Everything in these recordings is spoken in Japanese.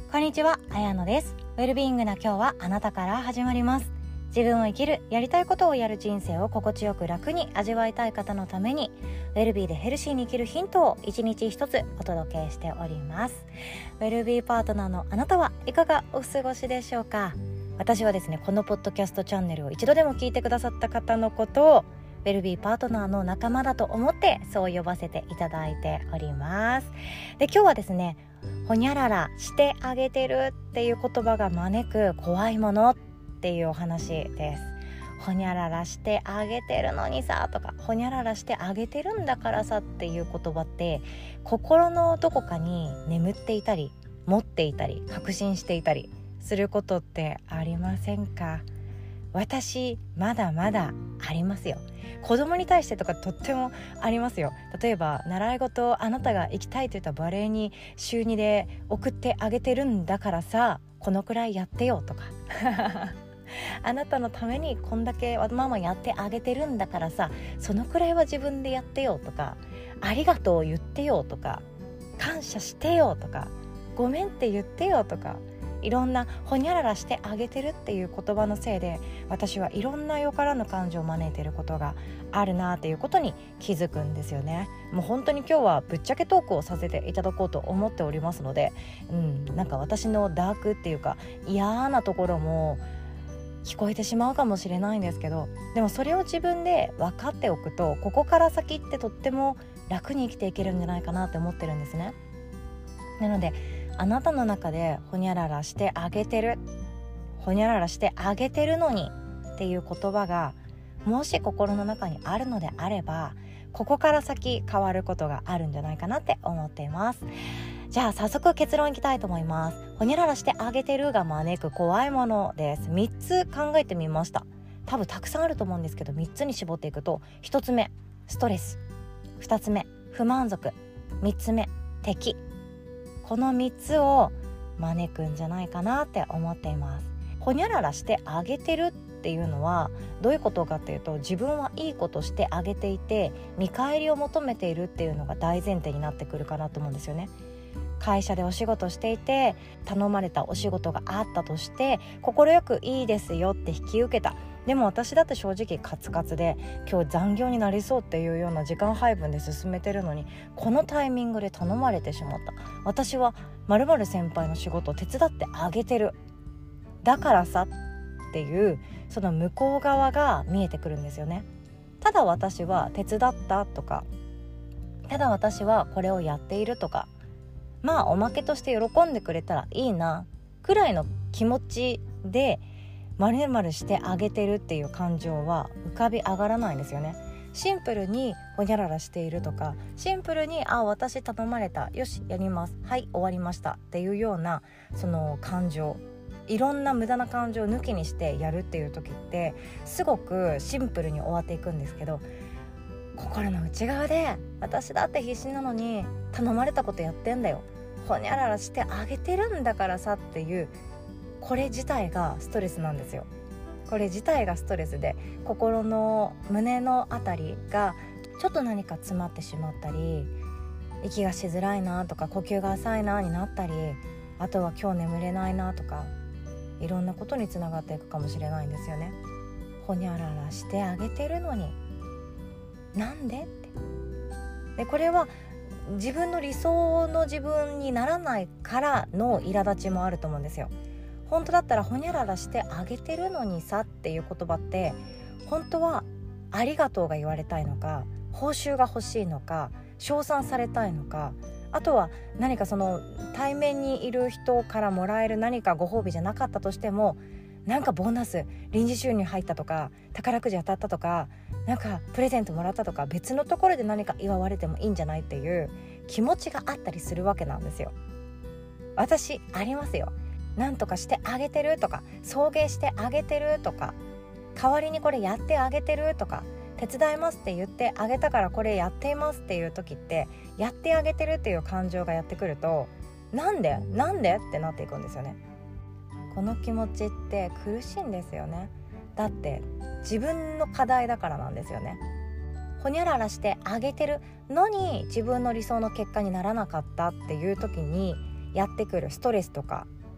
こんにちは、あやのです。ウェルビーイングな今日はあなたから始まります。自分を生きる、やりたいことをやる人生を心地よく楽に味わいたい方のために、ウェルビーでヘルシーに生きるヒントを一日一つお届けしております。ウェルビーパートナーのあなたはいかがお過ごしでしょうか。私はですね、このポッドキャストチャンネルを一度でも聞いてくださった方のことをウェルビーパートナーの仲間だと思ってそう呼ばせていただいております。で、今日はですね、ほにゃららしてあげてるっていう言葉が招く怖いものっていうお話です。ほにゃららしてあげてるのにさとか、ほにゃららしてあげてるんだからさっていう言葉って心のどこかに眠っていたり持っていたり確信していたりすることってありませんか？私まだまだありますよ。子供に対してとかとってもありますよ。例えば習い事あなたが行きたいと言ったバレエに週2で送ってあげてるんだからさ、このくらいやってよとかあなたのためにこんだけママやってあげてるんだからさ、そのくらいは自分でやってよとか、ありがとう言ってよとか、感謝してよとか、ごめんって言ってよとか、いろんなほにゃららしてあげてるっていう言葉のせいで私はいろんなよからぬ感情を招いていることがあるなっていうことに気づくんですよね。もう本当に今日はぶっちゃけトークをさせていただこうと思っておりますので、なんか私のダークっていうか嫌なところも聞こえてしまうかもしれないんですけど、でもそれを自分で分かっておくとここから先ってとっても楽に生きていけるんじゃないかなって思ってるんですね。なのであなたの中でほにゃららしてあげてる、ほにゃららしてあげてるのにっていう言葉がもし心の中にあるのであれば、ここから先変わることがあるんじゃないかなって思っています。じゃあ早速結論いきたいと思います。ほにゃららしてあげてるが招く怖いものです。3つ考えてみました。多分たくさんあると思うんですけど、3つに絞っていくと、1つ目ストレス、2つ目不満足、3つ目敵、この3つを招くんじゃないかなって思っています。ほにゃららしてあげてるっていうのはどういうことかっていうと、自分はいいことしてあげていて見返りを求めているっていうのが大前提になってくるかなと思うんですよね。会社でお仕事していて頼まれたお仕事があったとして、快くいいですよって引き受けた。でも私だって正直カツカツで今日残業になりそうっていうような時間配分で進めてるのに、このタイミングで頼まれてしまった。私は〇〇先輩の仕事を手伝ってあげてる、だからさっていうその向こう側が見えてくるんですよね。ただ私は手伝ったとか、ただ私はこれをやっているとか、まあおまけとして喜んでくれたらいいなくらいの気持ちで丸々してあげてるっていう感情は浮かび上がらないんですよね。シンプルにほにゃららしているとか、シンプルに私頼まれた、よしやります、はい終わりましたっていうようなその感情、いろんな無駄な感情を抜きにしてやるっていう時ってすごくシンプルに終わっていくんですけど、心の内側で私だって必死なのに頼まれたことやってんだよ、ほにゃららしてあげてるんだからさっていう、これ自体がストレスなんですよ。これ自体がストレスで、心の胸のあたりがちょっと何か詰まってしまったり、息がしづらいなとか呼吸が浅いなになったり、あとは今日眠れないなとか、いろんなことにつながっていくかもしれないんですよね。ほにゃららしてあげてるのになんでって。でこれは自分の理想の自分にならないからの苛立ちもあると思うんですよ。本当だったらほにゃららしてあげてるのにさっていう言葉って、本当はありがとうが言われたいのか、報酬が欲しいのか、称賛されたいのか、あとは何かその対面にいる人からもらえる何かご褒美じゃなかったとしても、なんかボーナス臨時収入入ったとか、宝くじ当たったとか、なんかプレゼントもらったとか、別のところで何か祝われてもいいんじゃないっていう気持ちがあったりするわけなんですよ。私ありますよ。なんとかしてあげてるとか、送迎してあげてるとか、代わりにこれやってあげてるとか、手伝いますって言ってあげたからこれやっていますっていう時って、やってあげてるっていう感情がやってくると、なんでってなっていくんですよね。この気持ちって苦しいんですよね。だって自分の課題だからなんですよね。ほにゃららしてあげてるのに自分の理想の結果にならなかったっていう時にやってくるストレスとか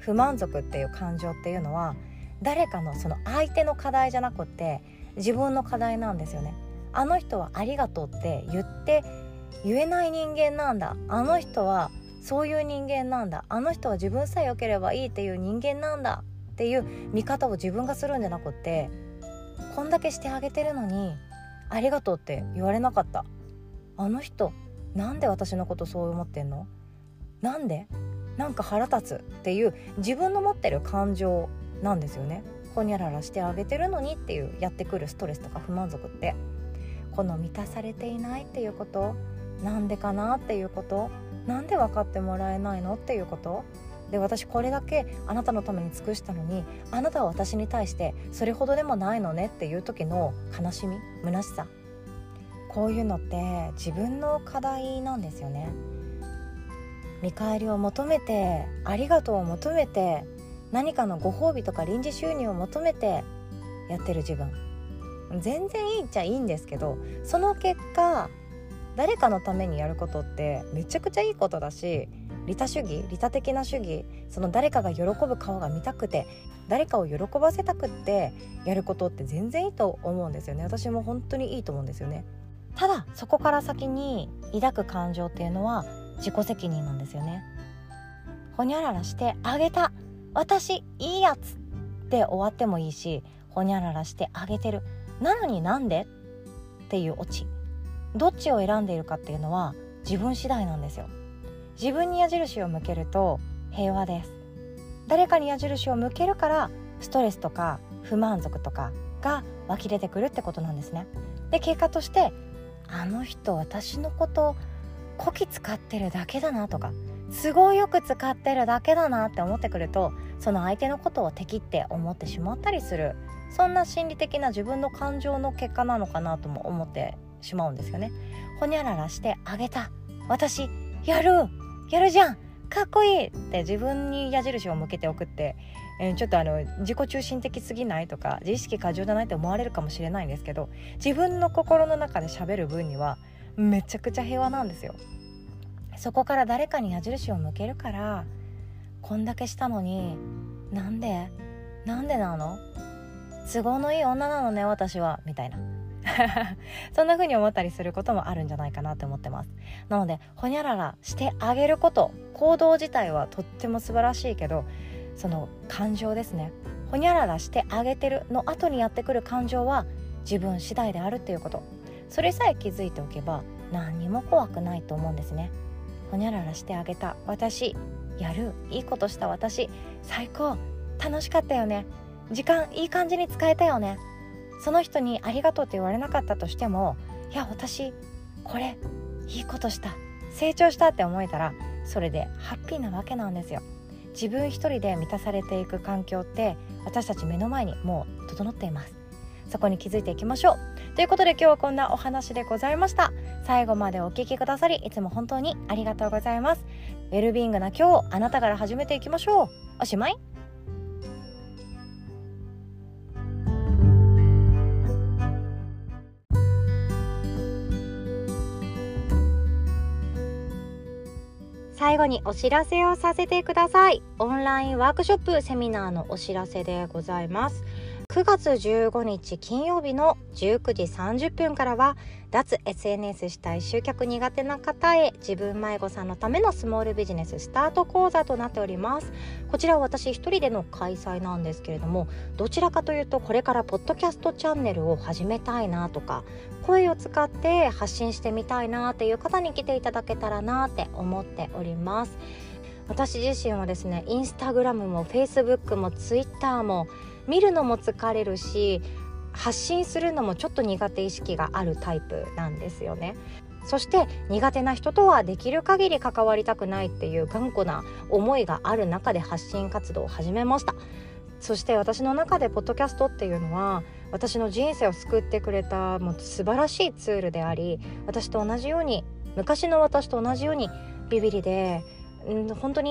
不満足っていう感情っていうのは誰かのその相手の課題じゃなくって自分の課題なんですよね。あの人はありがとうって言えない人間なんだ、あの人はそういう人間なんだ、あの人は自分さえ良ければいいっていう人間なんだっていう見方を自分がするんじゃなくって、こんだけしてあげてるのにありがとうって言われなかった、あの人なんで私のことそう思ってんの、なんか腹立つっていう自分の持ってる感情なんですよね。ほにゃららしてあげてるのにっていうやってくるストレスとか不満足って、この満たされていないっていうこと、なんでかなっていうこと、なんで分かってもらえないのっていうことで、私これだけあなたのために尽くしたのにあなたは私に対してそれほどでもないのねっていう時の悲しみ、虚しさ、こういうのって自分の課題なんですよね。見返りを求めて、ありがとうを求めて、何かのご褒美とか臨時収入を求めてやってる自分、全然いいっちゃいいんですけど、その結果誰かのためにやることってめちゃくちゃいいことだし、利他主義、利他的な主義、その誰かが喜ぶ顔が見たくて、誰かを喜ばせたくってやることって全然いいと思うんですよね。私も本当にいいと思うんですよね。ただそこから先に抱く感情っていうのは自己責任なんですよね。ほにゃららしてあげた、私いいやつって終わってもいいし、ほにゃららしてあげてる、なのになんでっていうオチ、どっちを選んでいるかっていうのは自分次第なんですよ。自分に矢印を向けると平和です。誰かに矢印を向けるからストレスとか不満足とかが湧き出てくるってことなんですね。で、結果としてあの人私のことこき使ってるだけだなとか、都合よく使ってるだけだなって思ってくると、その相手のことを敵って思ってしまったりする、そんな心理的な自分の感情の結果なのかなとも思ってしまうんですよね。ほにゃららしてあげた、私やるじゃん、かっこいいって自分に矢印を向けておくって、ちょっと自己中心的すぎないとか自意識過剰じゃないって思われるかもしれないんですけど、自分の心の中で喋る分にはめちゃくちゃ平和なんですよ。そこから誰かに矢印を向けるから、こんだけしたのになんでなの、都合のいい女なのね私はみたいなそんな風に思ったりすることもあるんじゃないかなと思ってます。なのでほにゃららしてあげること、行動自体はとっても素晴らしいけど、その感情ですね、ほにゃららしてあげてるの後にやってくる感情は自分次第であるっていうこと、それさえ気づいておけば何にも怖くないと思うんですね。ほにゃららしてあげた私やる、いいことした私最高、楽しかったよね、時間いい感じに使えたよね、その人にありがとうって言われなかったとしても、いや私これいいことした、成長したって思えたらそれでハッピーなわけなんですよ。自分一人で満たされていく環境って私たち目の前にもう整っています。そこに気づいていきましょうということで、今日はこんなお話でございました。最後までお聞きくださりいつも本当にありがとうございます。ウェルビーイングな今日をあなたから始めていきましょう。おしまい。最後にお知らせをさせてください。オンラインワークショップセミナーのお知らせでございます。9月15日金曜日の19時30分からは脱 SNS したい集客苦手な方へ自分迷子さんのためのスモールビジネススタート講座となっております。こちらは私一人での開催なんですけれども、どちらかというとこれからポッドキャストチャンネルを始めたいなとか、声を使って発信してみたいなっていう方に来ていただけたらなって思っております。私自身はですね、インスタグラムもフェイスブックもツイッターも見るのも疲れるし、発信するのもちょっと苦手意識があるタイプなんですよね。そして苦手な人とはできる限り関わりたくないっていう頑固な思いがある中で発信活動を始めました。そして私の中でポッドキャストっていうのは私の人生を救ってくれたもう素晴らしいツールであり、昔の私と同じようにビビリで本当に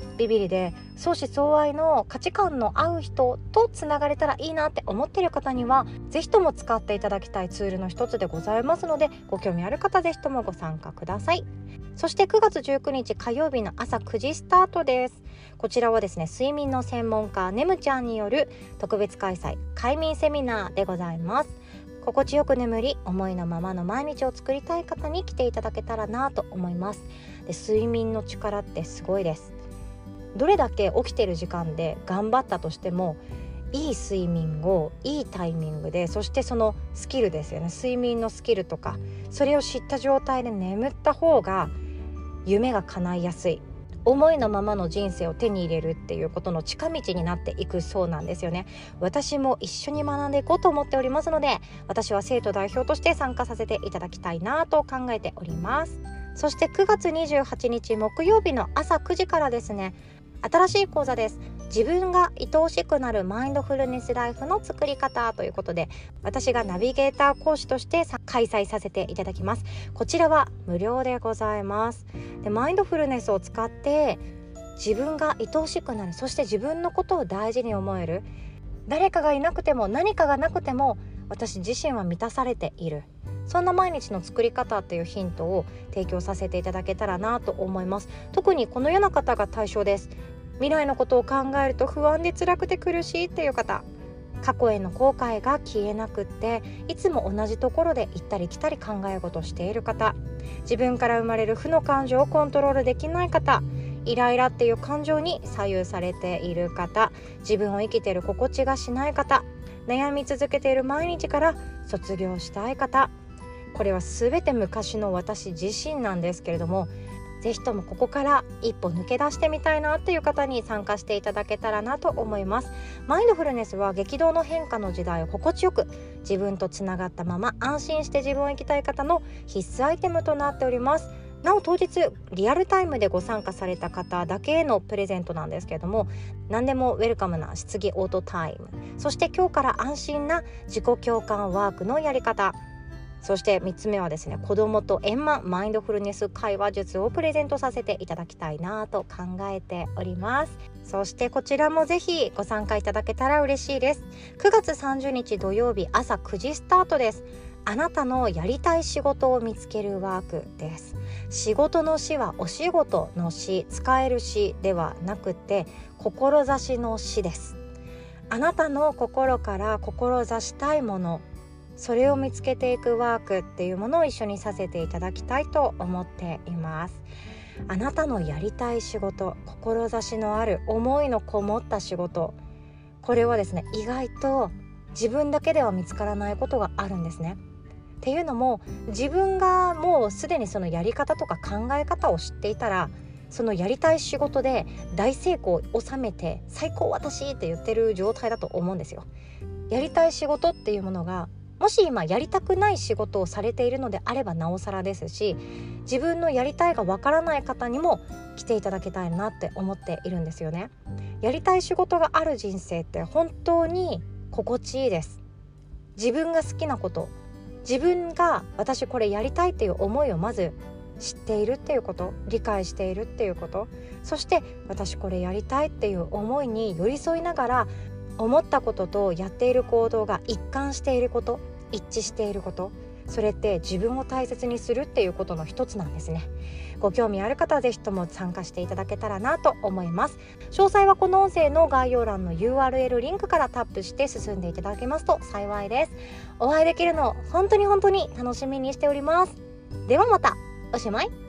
ビビリで相思相愛の価値観の合う人とつながれたらいいなって思っている方にはぜひとも使っていただきたいツールの一つでございますので、ご興味ある方ぜひともご参加ください。そして9月19日火曜日の朝9時スタートです。こちらはですね、睡眠の専門家ねむちゃんによる特別開催快眠セミナーでございます。心地よく眠り、思いのままの毎日を作りたい方に来ていただけたらなと思います。で、睡眠の力ってすごいです。どれだけ起きてる時間で頑張ったとしても、いい睡眠をいいタイミングで、そしてそのスキルですよね、睡眠のスキルとか、それを知った状態で眠った方が夢が叶いやすい、思いのままの人生を手に入れるっていうことの近道になっていくそうなんですよね。私も一緒に学んでいこうと思っておりますので、私は生徒代表として参加させていただきたいなと考えております。そして9月28日木曜日の朝9時からですね、新しい講座です。自分が愛おしくなるマインドフルネスライフの作り方ということで、私がナビゲーター講師として開催させていただきます。こちらは無料でございます。で、マインドフルネスを使って自分が愛おしくなる、そして自分のことを大事に思える、誰かがいなくても何かがなくても私自身は満たされている、そんな毎日の作り方っていうヒントを提供させていただけたらなと思います。特にこのような方が対象です。未来のことを考えると不安で辛くて苦しいっていう方、過去への後悔が消えなくって、いつも同じところで行ったり来たり考え事をしている方、自分から生まれる負の感情をコントロールできない方、イライラっていう感情に左右されている方、自分を生きている心地がしない方、悩み続けている毎日から卒業したい方、これは全て昔の私自身なんですけれども、ぜひともここから一歩抜け出してみたいなっていう方に参加していただけたらなと思います。マインドフルネスは激動の変化の時代を心地よく自分とつながったまま安心して自分を生きたい方の必須アイテムとなっております。なお当日リアルタイムでご参加された方だけへのプレゼントなんですけれども、何でもウェルカムな質疑応答タイム、そして今日から安心な自己共感ワークのやり方、そして3つ目はですね、子どもと円満マインドフルネス会話術をプレゼントさせていただきたいなと考えております。そしてこちらもぜひご参加いただけたら嬉しいです。9月30日土曜日朝9時スタートです。あなたのやりたい仕事を見つけるワークです。仕事の仕はお仕事の仕、使える仕ではなくて志の仕です。あなたの心から志したいもの、それを見つけていくワークっていうものを一緒にさせていただきたいと思っています。あなたのやりたい仕事、志のある思いのこもった仕事、これはですね、意外と自分だけでは見つからないことがあるんですね。っていうのも、自分がもうすでにそのやり方とか考え方を知っていたら、そのやりたい仕事で大成功を収めて最高私って言ってる状態だと思うんですよ。やりたい仕事っていうものが、もし今やりたくない仕事をされているのであればなおさらですし、自分のやりたいがわからない方にも来ていただきたいなって思っているんですよね。やりたい仕事がある人生って本当に心地いいです。自分が好きなこと、自分が私これやりたいっていう思いをまず知っているっていうこと、理解しているっていうこと、そして私これやりたいっていう思いに寄り添いながら、思ったこととやっている行動が一貫していること、一致していること、それって自分を大切にするっていうことの一つなんですね。ご興味ある方はぜひとも参加していただけたらなと思います。詳細はこの音声の概要欄の URL リンクからタップして進んでいただけますと幸いです。お会いできるのを本当に楽しみにしております。ではまた、おしまい。